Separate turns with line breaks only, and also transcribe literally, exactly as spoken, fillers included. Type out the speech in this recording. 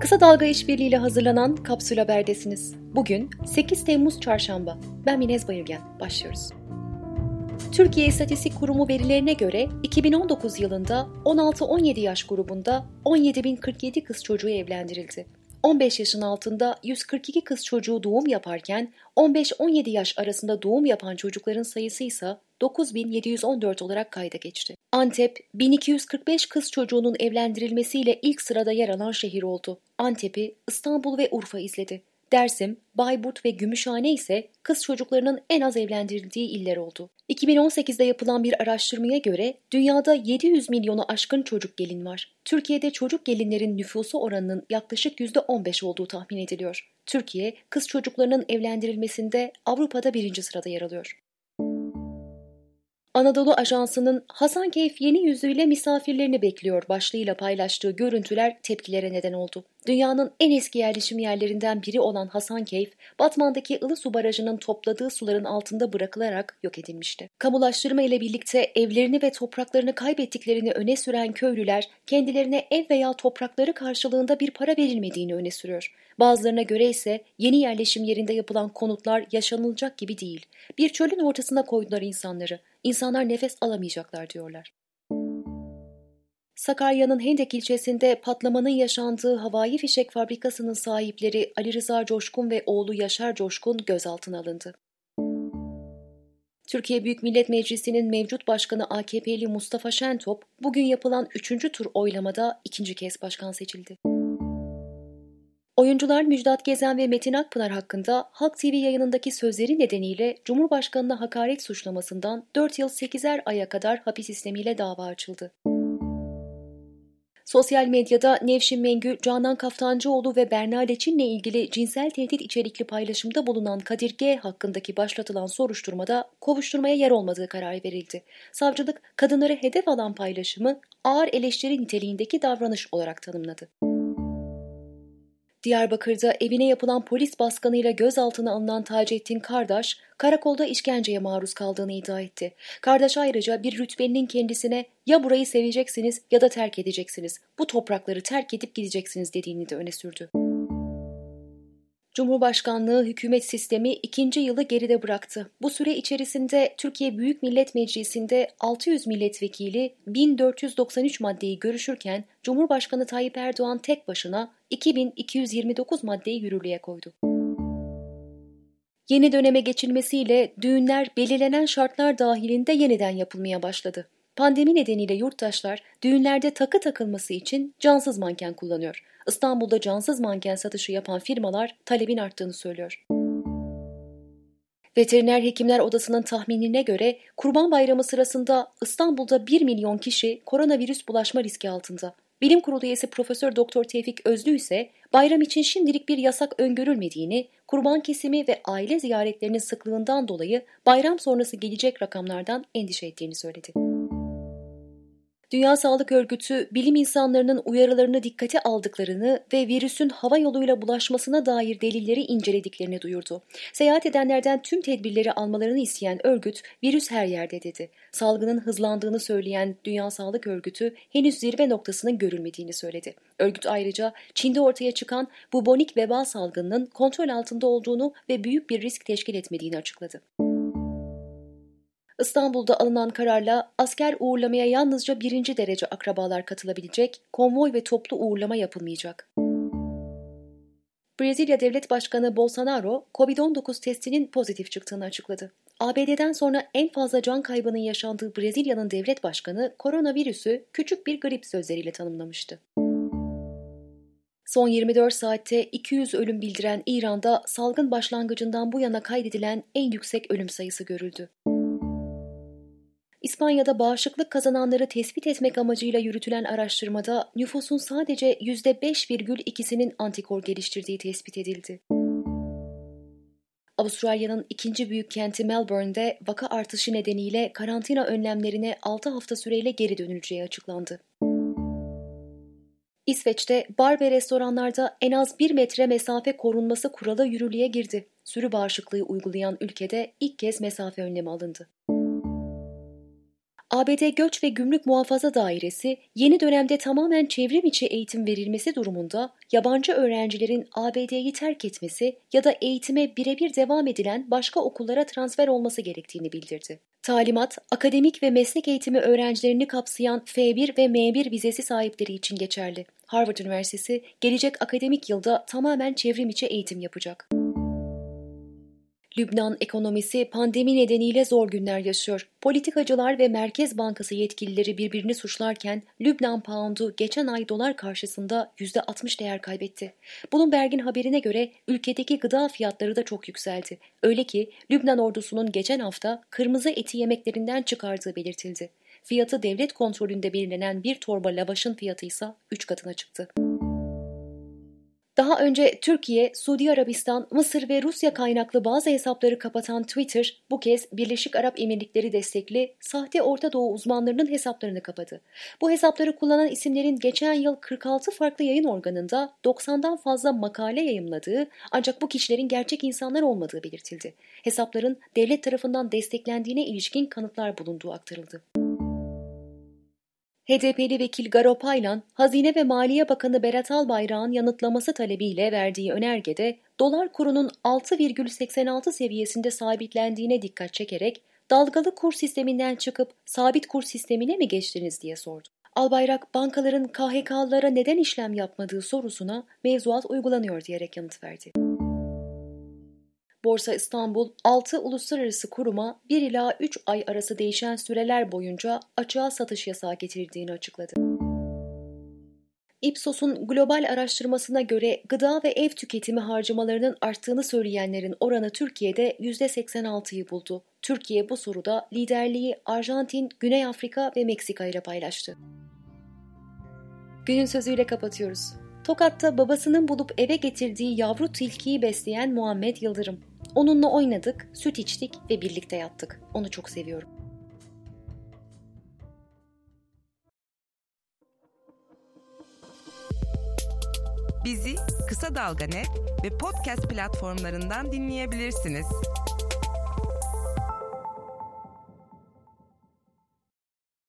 Kısa Dalga İşbirliği'yle hazırlanan Kapsül Haber'desiniz. Bugün sekiz Temmuz Çarşamba. Ben Minez Bayırgen. Başlıyoruz. Türkiye İstatistik Kurumu verilerine göre iki bin on dokuz yılında on altı on yedi yaş grubunda on yedi bin kırk yedi kız çocuğu evlendirildi. on beş yaşın altında yüz kırk iki kız çocuğu doğum yaparken on beş on yedi yaş arasında doğum yapan çocukların sayısı ise dokuz bin yedi yüz on dört olarak kayda geçti. Antep, bin iki yüz kırk beş kız çocuğunun evlendirilmesiyle ilk sırada yer alan şehir oldu. Antep'i İstanbul ve Urfa izledi. Dersim, Bayburt ve Gümüşhane ise kız çocuklarının en az evlendirildiği iller oldu. iki bin on sekizde yapılan bir araştırmaya göre dünyada yedi yüz milyonu aşkın çocuk gelin var. Türkiye'de çocuk gelinlerin nüfusu oranının yaklaşık yüzde on beş olduğu tahmin ediliyor. Türkiye, kız çocuklarının evlendirilmesinde Avrupa'da birinci sırada yer alıyor. Anadolu Ajansı'nın Hasankeyf yeni yüzüyle misafirlerini bekliyor başlığıyla paylaştığı görüntüler tepkilere neden oldu. Dünyanın en eski yerleşim yerlerinden biri olan Hasankeyf, Batman'daki Ilısu Barajı'nın topladığı suların altında bırakılarak yok edilmişti. Kamulaştırma ile birlikte evlerini ve topraklarını kaybettiklerini öne süren köylüler, kendilerine ev veya toprakları karşılığında bir para verilmediğini öne sürüyor. Bazılarına göre ise yeni yerleşim yerinde yapılan konutlar yaşanılacak gibi değil. Bir çölün ortasına koydular insanları. İnsanlar nefes alamayacaklar diyorlar. Sakarya'nın Hendek ilçesinde patlamanın yaşandığı havai fişek fabrikasının sahipleri Ali Rıza Coşkun ve oğlu Yaşar Coşkun gözaltına alındı. Türkiye Büyük Millet Meclisi'nin mevcut başkanı A K P'li Mustafa Şentop, bugün yapılan üçüncü tur oylamada ikinci kez başkan seçildi. Oyuncular Müjdat Gezen ve Metin Akpınar hakkında Halk T V yayınındaki sözleri nedeniyle Cumhurbaşkanı'na hakaret suçlamasından dört yıl sekizer aya kadar hapis istemiyle dava açıldı. Sosyal medyada Nevşin Mengü, Canan Kaftancıoğlu ve Berna Leçin'le ilgili cinsel tehdit içerikli paylaşımda bulunan Kadir G. hakkındaki başlatılan soruşturmada kovuşturmaya yer olmadığı kararı verildi. Savcılık, kadınları hedef alan paylaşımı ağır eleştiri niteliğindeki davranış olarak tanımladı. Diyarbakır'da evine yapılan polis baskınıyla gözaltına alınan Taceddin Kardaş, karakolda işkenceye maruz kaldığını iddia etti. Kardaş ayrıca bir rütbelinin kendisine "Ya burayı seveceksiniz ya da terk edeceksiniz, bu toprakları terk edip gideceksiniz" dediğini de öne sürdü. Cumhurbaşkanlığı hükümet sistemi ikinci yılı geride bıraktı. Bu süre içerisinde Türkiye Büyük Millet Meclisi'nde altı yüz milletvekili bin dört yüz doksan üç maddeyi görüşürken Cumhurbaşkanı Tayyip Erdoğan tek başına iki bin iki yüz yirmi dokuz maddeyi yürürlüğe koydu. Yeni döneme geçilmesiyle düğünler belirlenen şartlar dahilinde yeniden yapılmaya başladı. Pandemi nedeniyle yurttaşlar düğünlerde takı takılması için cansız manken kullanıyor. İstanbul'da cansız manken satışı yapan firmalar talebin arttığını söylüyor. Veteriner Hekimler Odası'nın tahminine göre Kurban Bayramı sırasında İstanbul'da bir milyon kişi koronavirüs bulaşma riski altında. Bilim Kurulu üyesi Profesör Doktor Tevfik Özlü ise bayram için şimdilik bir yasak öngörülmediğini, kurban kesimi ve aile ziyaretlerinin sıklığından dolayı bayram sonrası gelecek rakamlardan endişe ettiğini söyledi. Dünya Sağlık Örgütü, bilim insanlarının uyarılarını dikkate aldıklarını ve virüsün hava yoluyla bulaşmasına dair delilleri incelediklerini duyurdu. Seyahat edenlerden tüm tedbirleri almalarını isteyen örgüt, virüs her yerde dedi. Salgının hızlandığını söyleyen Dünya Sağlık Örgütü, henüz zirve noktasının görülmediğini söyledi. Örgüt ayrıca Çin'de ortaya çıkan bubonik veba salgınının kontrol altında olduğunu ve büyük bir risk teşkil etmediğini açıkladı. İstanbul'da alınan kararla asker uğurlamaya yalnızca birinci derece akrabalar katılabilecek, konvoy ve toplu uğurlama yapılmayacak. Brezilya Devlet Başkanı Bolsonaro, kovid on dokuz testinin pozitif çıktığını açıkladı. A B D'den sonra en fazla can kaybının yaşandığı Brezilya'nın devlet başkanı, koronavirüsü küçük bir grip sözleriyle tanımlamıştı. Son yirmi dört saatte iki yüz ölüm bildiren İran'da salgın başlangıcından bu yana kaydedilen en yüksek ölüm sayısı görüldü. İspanya'da bağışıklık kazananları tespit etmek amacıyla yürütülen araştırmada nüfusun sadece yüzde beş virgül ikisinin antikor geliştirdiği tespit edildi. Avustralya'nın ikinci büyük kenti Melbourne'de vaka artışı nedeniyle karantina önlemlerine altı hafta süreyle geri dönüleceği açıklandı. İsveç'te bar ve restoranlarda en az bir metre mesafe korunması kuralı yürürlüğe girdi. Sürü bağışıklığı uygulayan ülkede ilk kez mesafe önlemi alındı. A B D Göç ve Gümrük Muhafaza Dairesi, yeni dönemde tamamen çevrim içi eğitim verilmesi durumunda yabancı öğrencilerin A B D'yi terk etmesi ya da eğitime birebir devam edilen başka okullara transfer olması gerektiğini bildirdi. Talimat, akademik ve meslek eğitimi öğrencilerini kapsayan F bir ve M bir vizesi sahipleri için geçerli. Harvard Üniversitesi, gelecek akademik yılda tamamen çevrim içi eğitim yapacak. Lübnan ekonomisi pandemi nedeniyle zor günler yaşıyor. Politikacılar ve Merkez Bankası yetkilileri birbirini suçlarken Lübnan poundu geçen ay dolar karşısında yüzde altmış değer kaybetti. Bloomberg'in haberine göre ülkedeki gıda fiyatları da çok yükseldi. Öyle ki Lübnan ordusunun geçen hafta kırmızı eti yemeklerinden çıkardığı belirtildi. Fiyatı devlet kontrolünde belirlenen bir torba lavaşın fiyatı ise üç katına çıktı. Daha önce Türkiye, Suudi Arabistan, Mısır ve Rusya kaynaklı bazı hesapları kapatan Twitter, bu kez Birleşik Arap Emirlikleri destekli sahte Orta Doğu uzmanlarının hesaplarını kapadı. Bu hesapları kullanan isimlerin geçen yıl kırk altı farklı yayın organında doksandan fazla makale yayımladığı, ancak bu kişilerin gerçek insanlar olmadığı belirtildi. Hesapların devlet tarafından desteklendiğine ilişkin kanıtlar bulunduğu aktarıldı. H D P'li vekil Garo Paylan, Hazine ve Maliye Bakanı Berat Albayrak'ın yanıtlaması talebiyle verdiği önergede dolar kurunun altı virgül seksen altı seviyesinde sabitlendiğine dikkat çekerek dalgalı kur sisteminden çıkıp sabit kur sistemine mi geçtiniz diye sordu. Albayrak, bankaların K H K'lılara neden işlem yapmadığı sorusuna mevzuat uygulanıyor diyerek yanıt verdi. Borsa İstanbul, altı uluslararası kuruma bir ila üç ay arası değişen süreler boyunca açığa satış yasağı getirdiğini açıkladı. Ipsos'un global araştırmasına göre gıda ve ev tüketimi harcamalarının arttığını söyleyenlerin oranı Türkiye'de yüzde seksen altıyı buldu. Türkiye bu soruda liderliği Arjantin, Güney Afrika ve Meksika ile paylaştı. Günün sözüyle kapatıyoruz. Tokat'ta babasının bulup eve getirdiği yavru tilkiyi besleyen Muhammed Yıldırım. Onunla oynadık, süt içtik ve birlikte yattık. Onu çok seviyorum.
Bizi Kısa Dalga Net ve podcast platformlarından dinleyebilirsiniz.